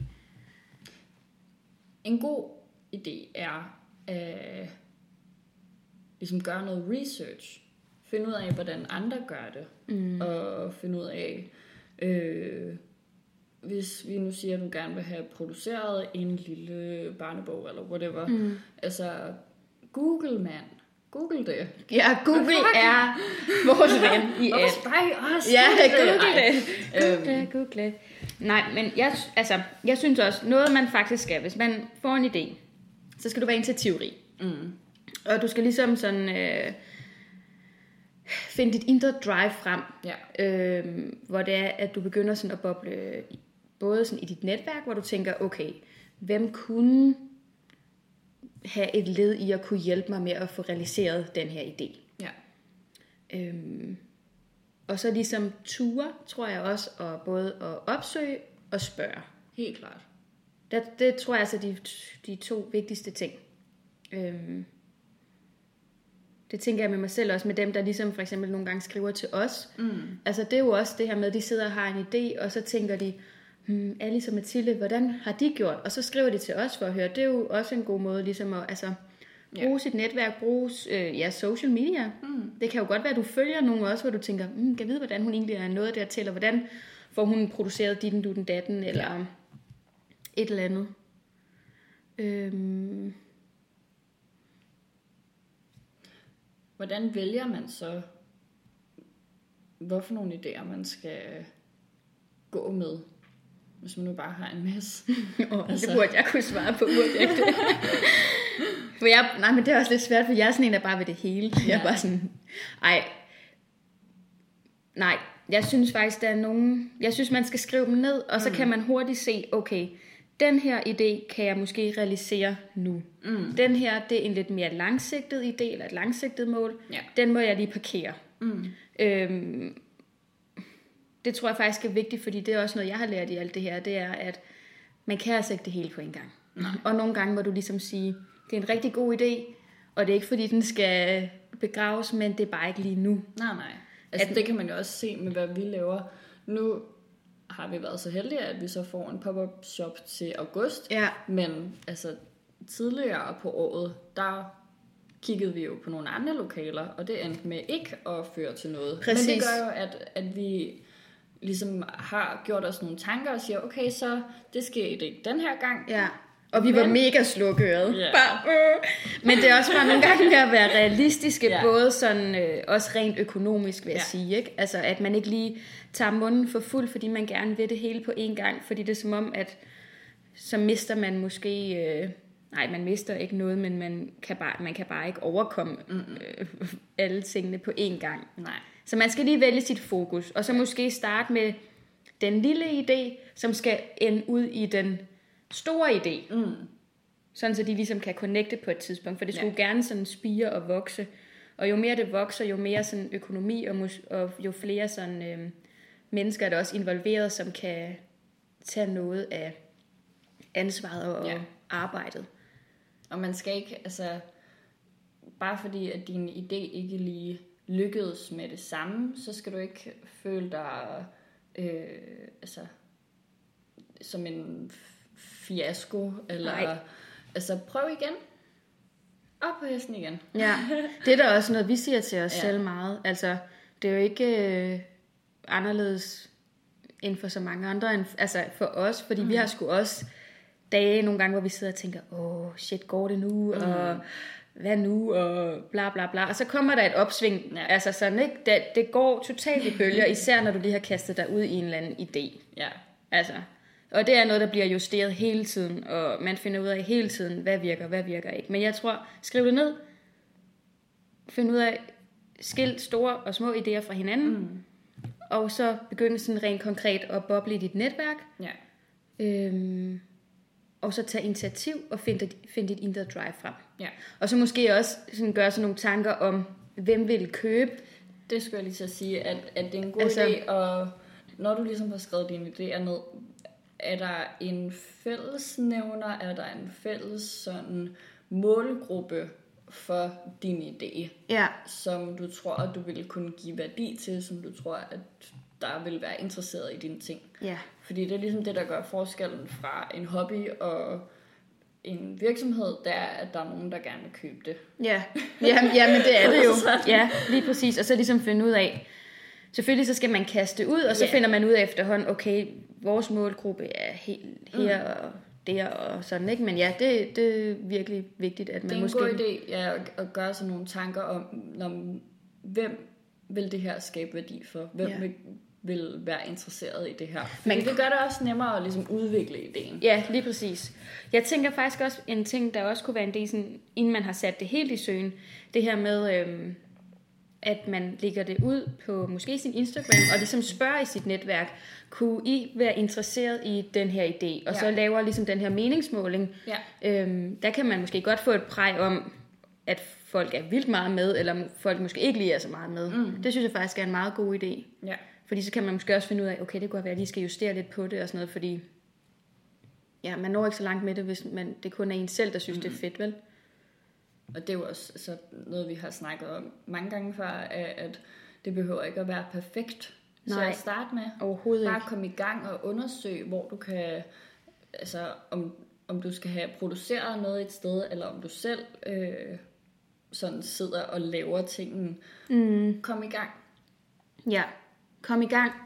En god idé er øh, ligesom gøre noget research. Finde ud af, hvordan andre gør det. Mm. Og finde ud af, Øh, hvis vi nu siger, at du gerne vil have produceret en lille barnebog, eller whatever. Mm. Altså, Google, mand. Google det. Ja, Google er vores ven i alt. Hvorfor også? Ja, Google Google det. det. Google det, Google det. Nej, men jeg, altså, jeg synes også, noget man faktisk skal, hvis man får en idé, så skal du være initiativrig. Mm. Og du skal ligesom sådan øh, finde dit indre drive frem, ja. øh, hvor det er, at du begynder sådan at boble både sådan i dit netværk, hvor du tænker, okay, hvem kunne have et led i at kunne hjælpe mig med at få realiseret den her idé. Ja. Øhm, og så ligesom ture, tror jeg også, og både at opsøge og spørge. Helt klart. Det, det tror jeg altså de, de to vigtigste ting. Øhm, det tænker jeg med mig selv også, med dem, der ligesom for eksempel nogle gange skriver til os. Mm. Altså det er jo også det her med, at de sidder og har en idé, og så tænker de, hmm, Alice og Mathilde, hvordan har de gjort? Og så skriver de til os for at høre. Det er jo også en god måde ligesom at altså, bruge ja. sit netværk, bruge øh, ja, social media. Mm. Det kan jo godt være, at du følger nogen også, hvor du tænker, hmm, kan jeg vide, hvordan hun egentlig er nået dertil, eller hvordan får hun produceret ditten, dutten, datten, eller ja. et eller andet. Øhm. Hvordan vælger man så, hvorfor nogle idéer man skal gå med? Hvis man nu bare har en masse. oh, altså. Det burde jeg kunne svare på, burde jeg ikke det? For jeg, nej, men det er også lidt svært, for jeg er sådan en, der bare ved det hele. Jeg er bare sådan, ej, nej, jeg synes faktisk, der er nogen, jeg synes, man skal skrive dem ned, og så mm. kan man hurtigt se, okay, den her idé kan jeg måske realisere nu. Mm. Den her, det er en lidt mere langsigtet idé, eller et langsigtet mål. Ja. Den må jeg lige parkere. Mm. Øhm, Det tror jeg faktisk er vigtigt, fordi det er også noget, jeg har lært i alt det her, det er, at man kan altså ikke det hele på en gang. Nej. Og nogle gange må du ligesom sige, det er en rigtig god idé, og det er ikke fordi, den skal begraves, men det er bare ikke lige nu. Nej, nej. Altså at, det kan man jo også se med, hvad vi laver. Nu har vi været så heldige, at vi så får en pop-up shop til august, ja. Men altså tidligere på året, der kiggede vi jo på nogle andre lokaler, og det endte med ikke at føre til noget. Præcis. Men det gør jo, at, at vi ligesom har gjort os nogle tanker og siger, okay, så det sker ikke den her gang. Ja. Og vi men, var mega slukøret. Yeah. Bare, øh. Men det er også bare nogle gange med at være realistiske, yeah. både sådan, øh, også rent økonomisk, vil jeg yeah. sige. Ikke? Altså, at man ikke lige tager munden for fuld, fordi man gerne vil det hele på én gang. Fordi det er som om, at så mister man måske... Øh, nej, man mister ikke noget, men man kan bare, man kan bare ikke overkomme øh, alle tingene på én gang. Nej. Så man skal lige vælge sit fokus, og så ja. måske starte med den lille idé, som skal ende ud i den store idé. Mm. Sådan så de ligesom kan connecte på et tidspunkt, for det skulle ja. gerne sådan spire og vokse. Og jo mere det vokser, jo mere sådan økonomi, og, mus- og jo flere sådan, øh, mennesker er der også involveret, som kan tage noget af ansvaret og ja. arbejdet. Og man skal ikke, altså, bare fordi at din idé ikke lige lykkedes med det samme, så skal du ikke føle dig øh, altså, som en fiasko, eller Nej. altså prøv igen. Op på hesten igen. Ja, det er da også noget, vi siger til os ja. selv meget. Altså, det er jo ikke øh, anderledes end for så mange andre, end, altså for os, fordi mm. vi har sgu også dage nogle gange, hvor vi sidder og tænker, åh, shit, går det nu, mm. og hvad nu, og bla bla bla. Og så kommer der et opsving, ja. altså sådan, ikke? Det, det går totalt i bølger, især når du lige har kastet dig ud i en eller anden idé. Ja. Altså, og det er noget, der bliver justeret hele tiden, og man finder ud af hele tiden, hvad virker, hvad virker ikke. Men jeg tror, skriv det ned, find ud af, skil store og små idéer fra hinanden, mm. og så begynde sådan rent konkret at boble i dit netværk. Ja. Øhm, og så tage initiativ og finde find dit indre drive frem. Ja. Og så måske også sådan gøre sådan nogle tanker om, hvem vil købe. Det skulle jeg lige så sige, at, at det er en god altså, idé, og når du ligesom har skrevet dine idéer ned, er der en fællesnævner, er der en fælles sådan målgruppe for din idé, ja. som du tror, at du vil kunne give værdi til, som du tror, at der vil være interesseret i dine ting. Ja. Fordi det er ligesom det, der gør forskellen fra en hobby og en virksomhed, der er, at der er nogen, der gerne vil købe det. Ja, ja, ja men det er det jo. Ja, lige præcis. Og så ligesom finde ud af, selvfølgelig så skal man kaste ud, og så Ja. finder man ud af efterhånden, okay, vores målgruppe er helt her mm. og der og sådan, ikke? Men ja, det, det er virkelig vigtigt, at man Det er en måske... god idé ja, at, at gøre sig nogle tanker om, når, hvem vil det her skabe værdi for? Hvem Ja. vil, vil være interesseret i det her? Fordi Man- det gør det også nemmere at ligesom udvikle ideen. Ja, lige præcis. Jeg tænker faktisk også, en ting, der også kunne være en del, sådan, inden man har sat det helt i søen, det her med, øhm, at man lægger det ud på måske sin Instagram, og ligesom spørger i sit netværk, kunne I være interesseret i den her idé? Og Ja. så laver ligesom den her meningsmåling. Ja. Øhm, der kan man måske godt få et præg om, at folk er vildt meget med, eller folk måske ikke lige er så meget med. Mm. Det synes jeg faktisk er en meget god idé. Ja. Fordi så kan man måske også finde ud af, okay, det kunne være, at jeg lige skal justere lidt på det og sådan noget, fordi ja, man når ikke så langt med det, hvis man, det kun er en selv, der synes, mm. det er fedt, vel? Og det er jo også altså, noget, vi har snakket om mange gange før, at det behøver ikke at være perfekt til Nej, at starte med. overhovedet Bare ikke. komme i gang og undersøge, hvor du kan, altså om, om du skal have produceret noget et sted, eller om du selv øh, sådan sidder og laver tingene. Mm. Kom i gang. Ja, kom i gang.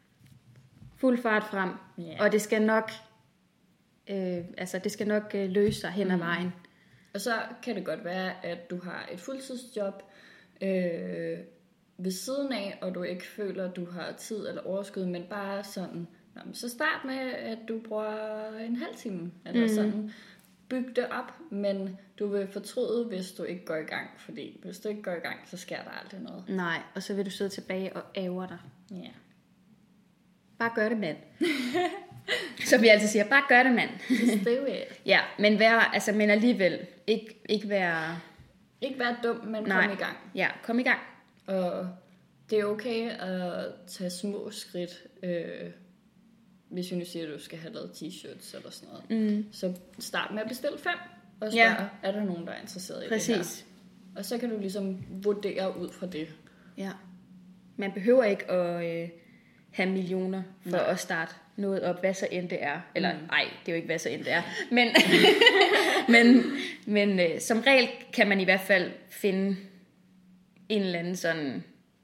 Fuld fart frem. Ja. Og det skal nok, øh, altså det skal nok øh, løse sig hen ad vejen. Og så kan det godt være, at du har et fuldtidsjob øh, ved siden af, og du ikke føler, at du har tid eller overskud, men bare sådan, nå, men så start med, at du bruger en halv time, eller mm. sådan. Byg det op, men du vil fortryde, hvis du ikke går i gang, fordi hvis du ikke går i gang, så sker der aldrig noget. Nej, og så vil du sidde tilbage og ære dig. Ja. Bare gør det, mand. Som vi altid siger, bare gør det, mand. Just do it. Ja, men, vær, altså, men alligevel, ikke, ikke være... Ikke være dum, men Nej. kom i gang. Ja, kom i gang. Og det er okay at tage små skridt, øh, hvis vi nu siger, at du skal have lavet t-shirts eller sådan noget. Mm. Så start med at bestille fem, og spørg, Ja. er der nogen, der er interesseret i Præcis. det her? Og så kan du ligesom vurdere ud fra det. Ja. Man behøver ikke at øh, have millioner for Nej. at starte noget op, hvad så end det er. Eller nej, mm. det er jo ikke, hvad så end det er. Men, men, men øh, som regel kan man i hvert fald finde en eller anden sådan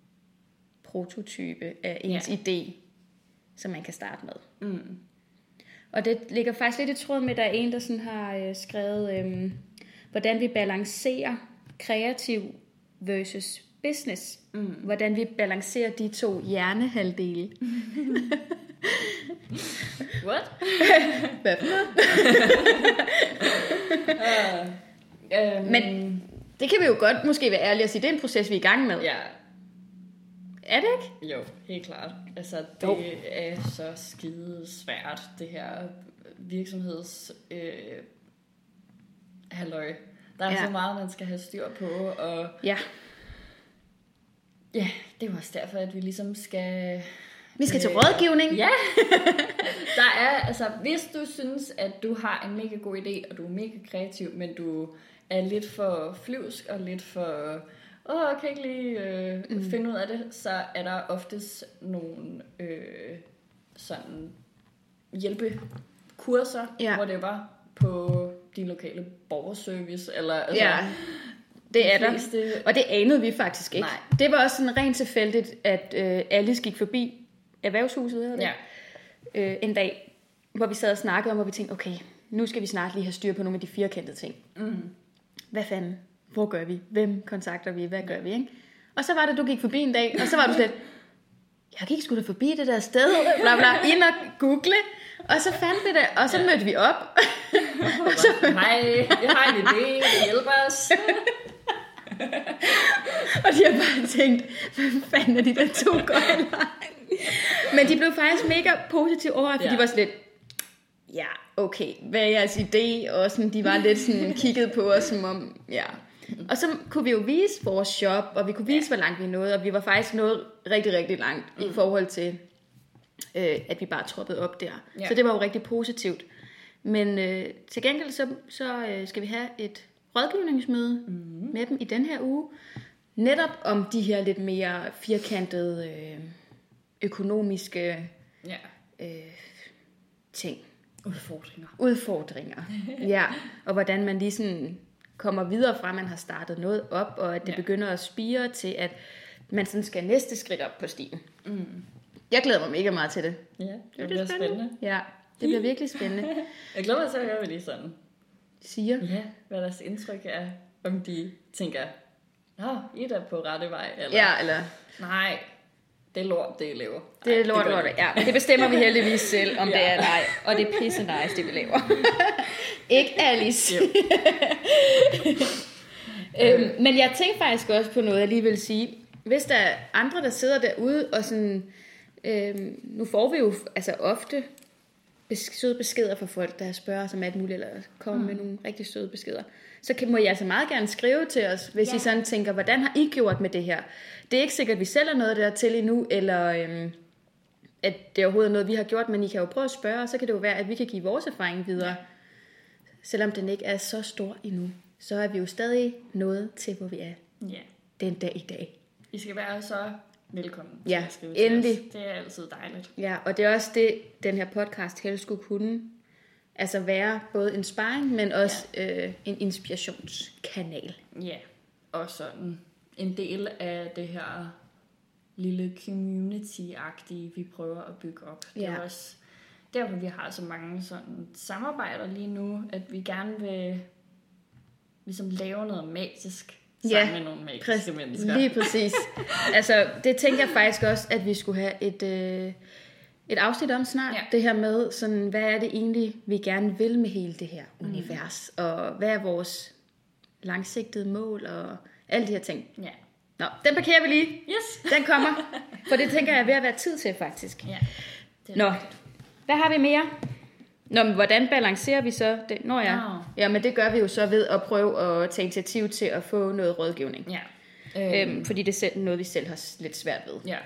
prototype af ens Ja. idé, som man kan starte med. Mm. Og det ligger faktisk lidt i tråd med, at der er en, der sådan har øh, skrevet, øh, hvordan vi balancerer kreativ versus business. Mm. Hvordan vi balancerer de to hjernehalvdele. What? Hvad for noget? uh, um, Men det kan vi jo godt måske være ærlige og sige, det er en proces, vi er i gang med. Ja, Er det ikke? jo, helt klart. Altså, det Jo. er så skide svært, det her virksomheds øh, halløj. Der er Ja. så meget, man skal have styr på, og Ja. ja, det er jo også derfor, at vi ligesom skal... Vi skal til øh, rådgivning. Ja, der er, altså, hvis du synes, at du har en mega god idé, og du er mega kreativ, men du er lidt for flyvsk og lidt for, åh, jeg kan ikke lige øh, mm. finde ud af det, så er der oftest nogle øh, sådan hjælpekurser, Ja. hvor det var på din lokale borgerservice, eller altså, Ja, det er de der. fleste- Og det anede vi faktisk ikke. Nej. Det var også sådan rent tilfældigt, at øh, Alice gik forbi erhvervshuset, hedder det, Ja. øh, en dag, hvor vi sad og snakkede om, hvor vi tænkte, okay, nu skal vi snart lige have styr på nogle af de firkantede ting. Mm. Hvad fanden? Hvor gør vi? Hvem kontakter vi? Hvad gør vi? Ikke? Og så var det, du gik forbi en dag, og så var du slet, jeg gik sgu da forbi det der sted, bla bla, ind og google, og så fandt vi det, og så ja. mødte vi op. Og så, hej, jeg har en idé, hjælp os. Og de har bare tænkt, hvad fanden er de der to gøjler? Men de blev faktisk mega positivt overrasket, fordi Ja. de var sådan lidt, ja, okay, hvad er jeres idé? Og sådan, de var lidt sådan kigget på os, som om, ja. Og så kunne vi jo vise vores shop, og vi kunne vise, ja. hvor langt vi nåede, og vi var faktisk nået rigtig, rigtig langt mm. i forhold til, øh, at vi bare troppede op der. Ja. Så det var jo rigtig positivt. Men øh, til gengæld så, så øh, skal vi have et rådgivningsmøde mm. med dem i den her uge, netop om de her lidt mere firkantede øh, økonomiske Ja. øh, ting. Udfordringer. Udfordringer. Ja, og hvordan man lige sådan kommer videre fra, at man har startet noget op, og at det Ja. begynder at spire til, at man sådan skal næste skridt op på stigen. Mm. Jeg glæder mig mega meget til det. Ja, det, det bliver spændende. spændende. Ja, det bliver virkelig spændende. Jeg glæder mig til at høre, hvad de sådan siger. Ja, hvad deres indtryk er, om de tænker, nå, I er da på rette vej, eller, ja, eller nej, det er lort, det I laver. Det er lort, lort, ja. Det bestemmer vi heldigvis selv, om ja. det er nej. Og det er pisse nice, det vi laver. Ikke Alice. øhm, men jeg tænkte faktisk også på noget, jeg lige vil sige. Hvis der er andre, der sidder derude, og sådan, øhm, nu får vi jo altså ofte søde beskeder fra folk, der spørger os om alt muligt, eller kommer mm. med nogle rigtig søde beskeder. Så kan, må I altså meget gerne skrive til os, hvis ja. I sådan tænker, hvordan har I gjort med det her? Det er ikke sikkert, at vi selv er noget der til endnu, eller øhm, at det er overhovedet noget, vi har gjort, men I kan jo prøve at spørge, og så kan det jo være, at vi kan give vores erfaring videre. Ja. Selvom den ikke er så stor endnu, så er vi jo stadig nået til, hvor vi er ja. den dag i dag. I skal være så velkommen til ja, at skrive endelig. til os. Det er altid dejligt. Ja, og det er også det, den her podcast helst skulle kunne. Altså være både en sparring, men også ja. øh, en inspirationskanal. Ja, og sådan en del af det her lille community-agtige, vi prøver at bygge op. Det er ja. også derfor, vi har så mange sådan samarbejder lige nu, at vi gerne vil ligesom lave noget magisk sammen ja, med nogle magiske præ- mennesker. Lige præcis. Altså, det tænker jeg faktisk også, at vi skulle have et... Øh, Et afsnit om snart, ja. det her med, sådan, hvad er det egentlig, vi gerne vil med hele det her mm. univers, og hvad er vores langsigtede mål, og alle de her ting. Ja. Nå, den parkerer vi lige. Yes. Den kommer, for det tænker jeg er ved at være tid til, faktisk. Ja. Nå, hvad har vi mere? Nå, men hvordan balancerer vi så det? Nå ja. No. Ja, men det gør vi jo så ved at prøve at tage initiativ til at få noget rådgivning. Ja. Øhm, øhm, fordi det er noget, vi selv har lidt svært ved. Ja.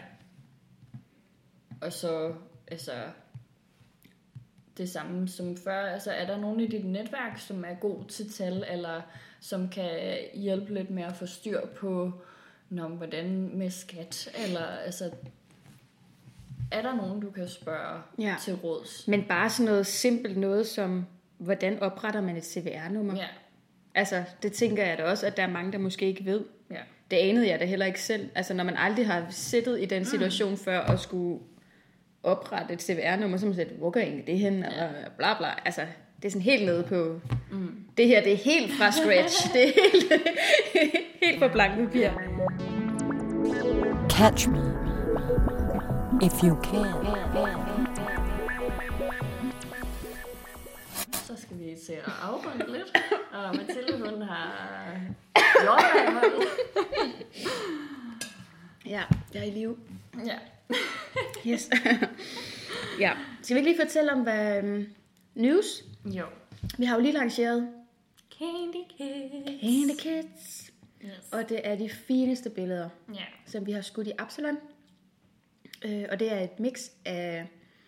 Og så, altså, det samme som før, altså, er der nogen i dit netværk, som er god til tal, eller som kan hjælpe lidt med at få styr på, nå, hvordan med skat, eller, altså, er der nogen, du kan spørge ja. til råds? Men bare sådan noget simpelt noget som, hvordan opretter man et C V R-nummer? Ja. Altså, det tænker jeg da også, at der er mange, der måske ikke ved. Ja. Det anede jeg da heller ikke selv. Altså, når man aldrig har siddet i den situation mm. før, og skulle oprette et C V R-nummer, så man siger, hvor gør egentlig det hen, ja. og bla bla. Altså, det er sådan helt nede på, mm. det her, det er helt fra scratch. Det er helt, helt på blank papir. Catch me, if you can. Så skal vi til at afrunde lidt, og Mathilde, hun har jordbær i hånden. Ja, jeg er i live. Ja. Yes. Ja. Skal vi ikke lige fortælle om, hvad um, news? Jo. Vi har jo lige lanceret Candy Kids. Candy Kids. Yes. Og det er de fineste billeder, ja. som vi har skudt i Absalon. Uh, og det er et mix af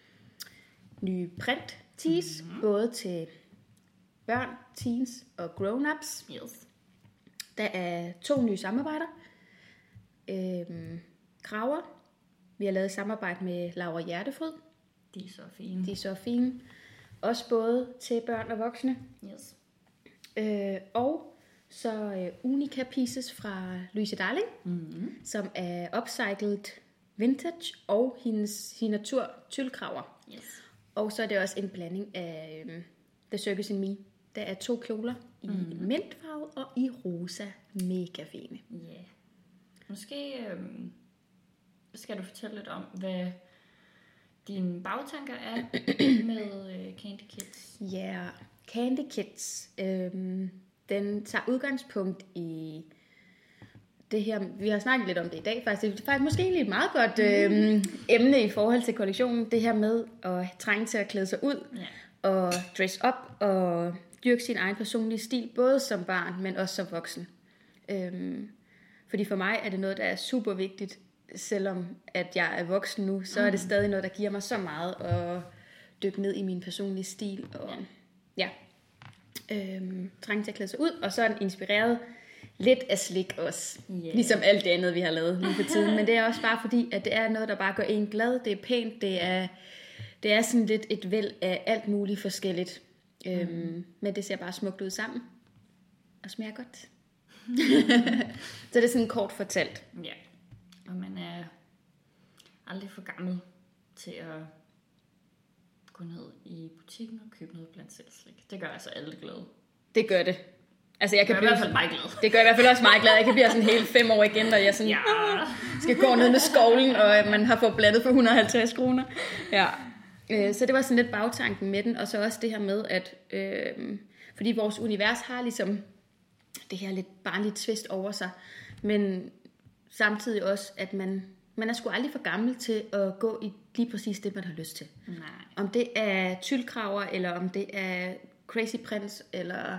nye print tees, mm-hmm. både til børn, teens og grown-ups. Yes. Der er to nye samarbejder. Øhm, kraver. Vi har lavet et samarbejde med Laura Hjertefod. De er så fine. De er så fine. Også både til børn og voksne. Yes. Øh, og så øh, Unica Pieces fra Louise Darling, mm-hmm. som er upcycled vintage og hendes signatur tyldkraver. Yes. Og så er det også en blanding af øh, The Circus in Me. Der er to kjoler i mm-hmm. mintfarve og i rosa. Mega fine. Ja. Yeah. Måske øh, skal du fortælle lidt om, hvad dine bagtanker er med øh, Candy Kids. Ja, yeah. Candy Kids. Øh, den tager udgangspunkt i det her. Vi har snakket lidt om det i dag. Faktisk. Det er faktisk måske egentlig et meget godt øh, emne i forhold til kollektionen. Det her med at trænge til at klæde sig ud. Ja. Og dress up og dyrke sin egen personlige stil. Både som barn, men også som voksen. Øh, Fordi for mig er det noget, der er super vigtigt, selvom at jeg er voksen nu, så mm. er det stadig noget, der giver mig så meget at dykke ned i min personlige stil. Og ja, ja øhm, trænge til at klæde sig ud, og så er den inspireret lidt af slik også. Yeah. Ligesom alt det andet, vi har lavet lige for tiden. Men det er også bare fordi, at det er noget, der bare gør en glad. Det er pænt, det er, det er sådan lidt et væld af alt muligt forskelligt. Mm. Øhm, men det ser bare smukt ud sammen, og smager godt. Så det er sådan kort fortalt. Ja, Og man er aldrig for gammel til at gå ned i butikken og købe noget blandt selv slik. Det gør altså alle glade. Det gør det. Altså, jeg kan det gør blive i hvert fald mig glad. Det gør i hvert fald også mig glad. Jeg kan blive sådan helt fem år igen, når jeg sådan, ja. skal gå ned med skovlen, og man har fået blandet for et hundrede og halvtreds kroner. Ja. Øh, så det var sådan lidt bagtanken med den, og så også det her med, at øh, fordi vores univers har ligesom det her lidt barnlige twist over sig, men samtidig også, at man, man er sgu aldrig for gammel til at gå i lige præcis det, man har lyst til. Nej. Om det er tyldkraver, eller om det er Crazy Prince, eller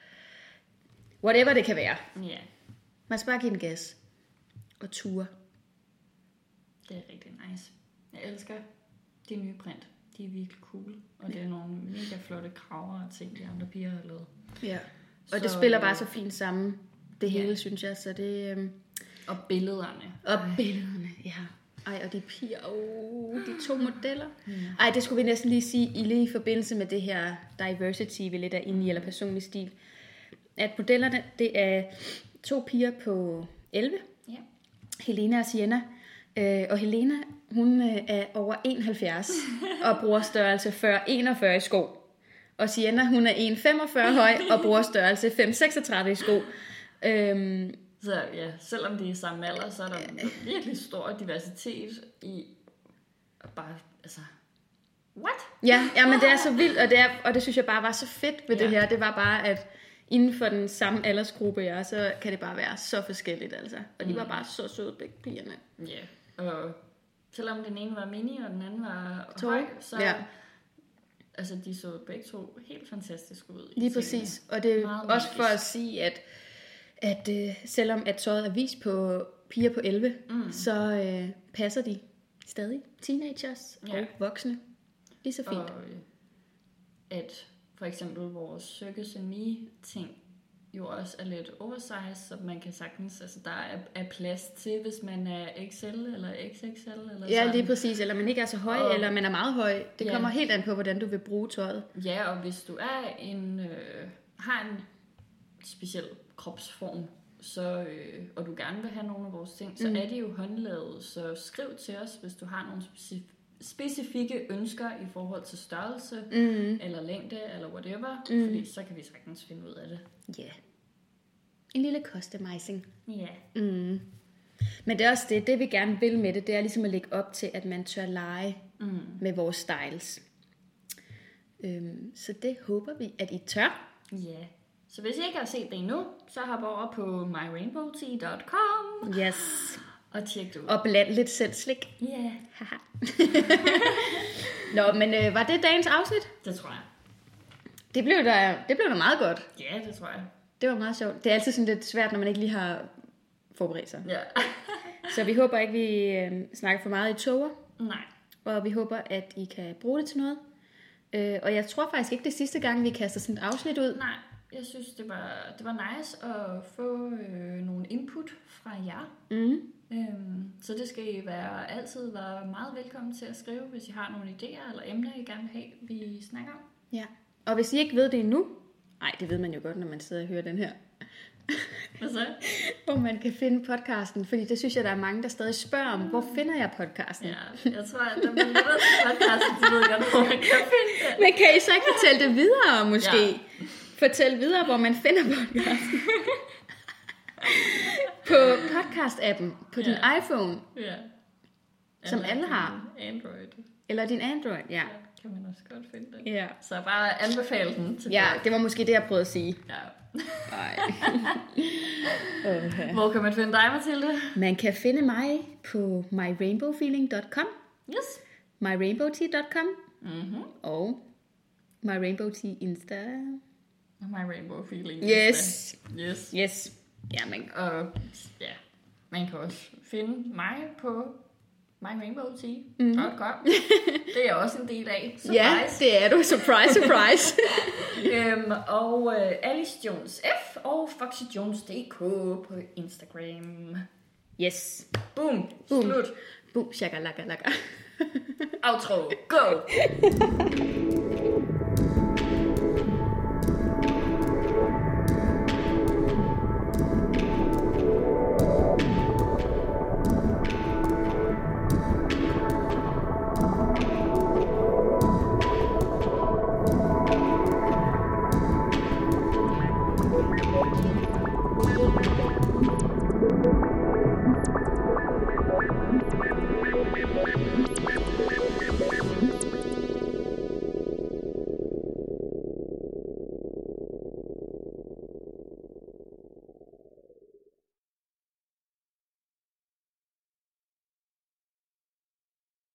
whatever det kan være. Ja. Man skal bare give en gas. Og ture. Det er rigtig nice. Jeg elsker de nye print. De er virkelig cool. Og det er nogle mega flotte kraver og ting, de andre piger har lavet. Ja. Og så, det spiller bare så fint sammen. Det hele, ja. synes jeg. Så det, øhm... Og billederne. Og Ej. billederne, ja. Ej, og de piger, oh, de to modeller. Mm. Ej, det skulle vi næsten lige sige, i lige i forbindelse med det her diversity, vi lidt er inde i, eller personlig stil. At modellerne, det er to piger på elleve. Ja. Høelena og Sienna. Øh, og Høelena, hun øh, er over enoghalvfjerds og bruger størrelse fyrre enogfyrre i sko. Og Sienna, hun er en komma femogfyrre høj og bruger størrelse fem komma seksogtredive i sko. Øhm, Så ja, selvom de er samme alder, så er der virkelig stor diversitet i bare, altså, what? Ja, ja, men det er så vildt, og det, er, og det synes jeg bare var så fedt ved ja. det her. Det var bare, at inden for den samme aldersgruppe, jeg er, så kan det bare være så forskelligt, altså. Og de mm. var bare så søde, begge pigerne. Ja, og selvom den ene var mini, og den anden var to. høj, så ja. altså, de så begge to helt fantastisk ud. Lige præcis, og det er også magisk. for at sige, at, at øh, selvom at tøjet er vist på piger på elleve, mm. så øh, passer de stadig teenagers ja. og voksne. Lige så fint. Og øh, at for eksempel vores Circus and Me ting jo også er lidt oversize, så man kan sagtens, altså der er, er plads til, hvis man er X L eller X X L eller ja, sådan. lige præcis, eller man ikke er så høj, og, eller man er meget høj. Det ja. kommer helt an på, hvordan du vil bruge tøjet. Ja, og hvis du er en, øh, har en speciel kropsform, så, øh, og du gerne vil have nogle af vores ting, så mm. er de jo håndlavet, så skriv til os, hvis du har nogle specifikke specifikke ønsker i forhold til størrelse, mm. eller længde, eller whatever, mm. fordi så kan vi sagtens finde ud af det. Ja. Yeah. En lille customizing. Ja. Yeah. Mm. Men det er også det, det vi gerne vil med det, det er ligesom at lægge op til, at man tør lege mm. med vores styles. Øhm, så det håber vi, at I tør. Ja. Yeah. Så hvis I ikke har set det endnu, så hop over på my rainbow tea dot com. Yes. Og tjek det ud. Og bland lidt selv slik. Ja. Yeah. Nå, men øh, var det dagens afsnit? Det tror jeg. Det blev da, det blev da meget godt. Ja, det tror jeg. Det var meget sjovt. Det er altid sådan lidt svært, når man ikke lige har forberedt sig. Ja. Så vi håber ikke, vi øh, snakker for meget i toger. Nej. Og vi håber, at I kan bruge det til noget. Øh, og jeg tror faktisk ikke, det sidste gang, vi kaster sådan et afsnit ud. Nej, jeg synes, det var, det var nice at få øh, nogle input fra jer. Mm. Øhm, så det skal I være, altid være meget velkommen til at skrive, hvis I har nogle idéer eller emner, I gerne vil have, vi snakker om. Ja, og hvis I ikke ved det endnu, nej, det ved man jo godt, når man sidder og hører den her. Hvad så? Hvor man kan finde podcasten, fordi det synes jeg, der er mange, der stadig spørger om, hvor finder jeg podcasten? Ja, jeg tror, at der bliver lidt af podcasten, de ved godt, hvor man kan finde det. Men kan I så ikke fortælle det videre, måske? Ja. Fortæl videre, hvor man finder podcasten. På podcast-appen på din ja. iPhone, ja. som eller alle har. Android. Eller din Android, ja. ja. Kan man også godt finde det. Ja. Så bare anbefale den til Ja, folk. det var måske det, jeg prøvede at sige. Ja. Nej. Okay. Hvor kan man finde dig, Mathilde? Man kan finde mig på my rainbow feeling dot com, Yes. my rainbow tea dot com Mm-hmm. og My Rainbow Tea Insta. My Rainbow Feeling. Yes. Yes. Yes. Ja, man. Og ja, man kan også finde mig på my rainbow tea dot com. Mm. Det er jeg også en del af. Surprise. Ja, det er du. Surprise, surprise. øhm, og uh, Alice Jones F og Foxy Jones punktum d k på Instagram. Yes. Boom. Boom. Slut. Boom. Shaka laka laka. Outro. Go.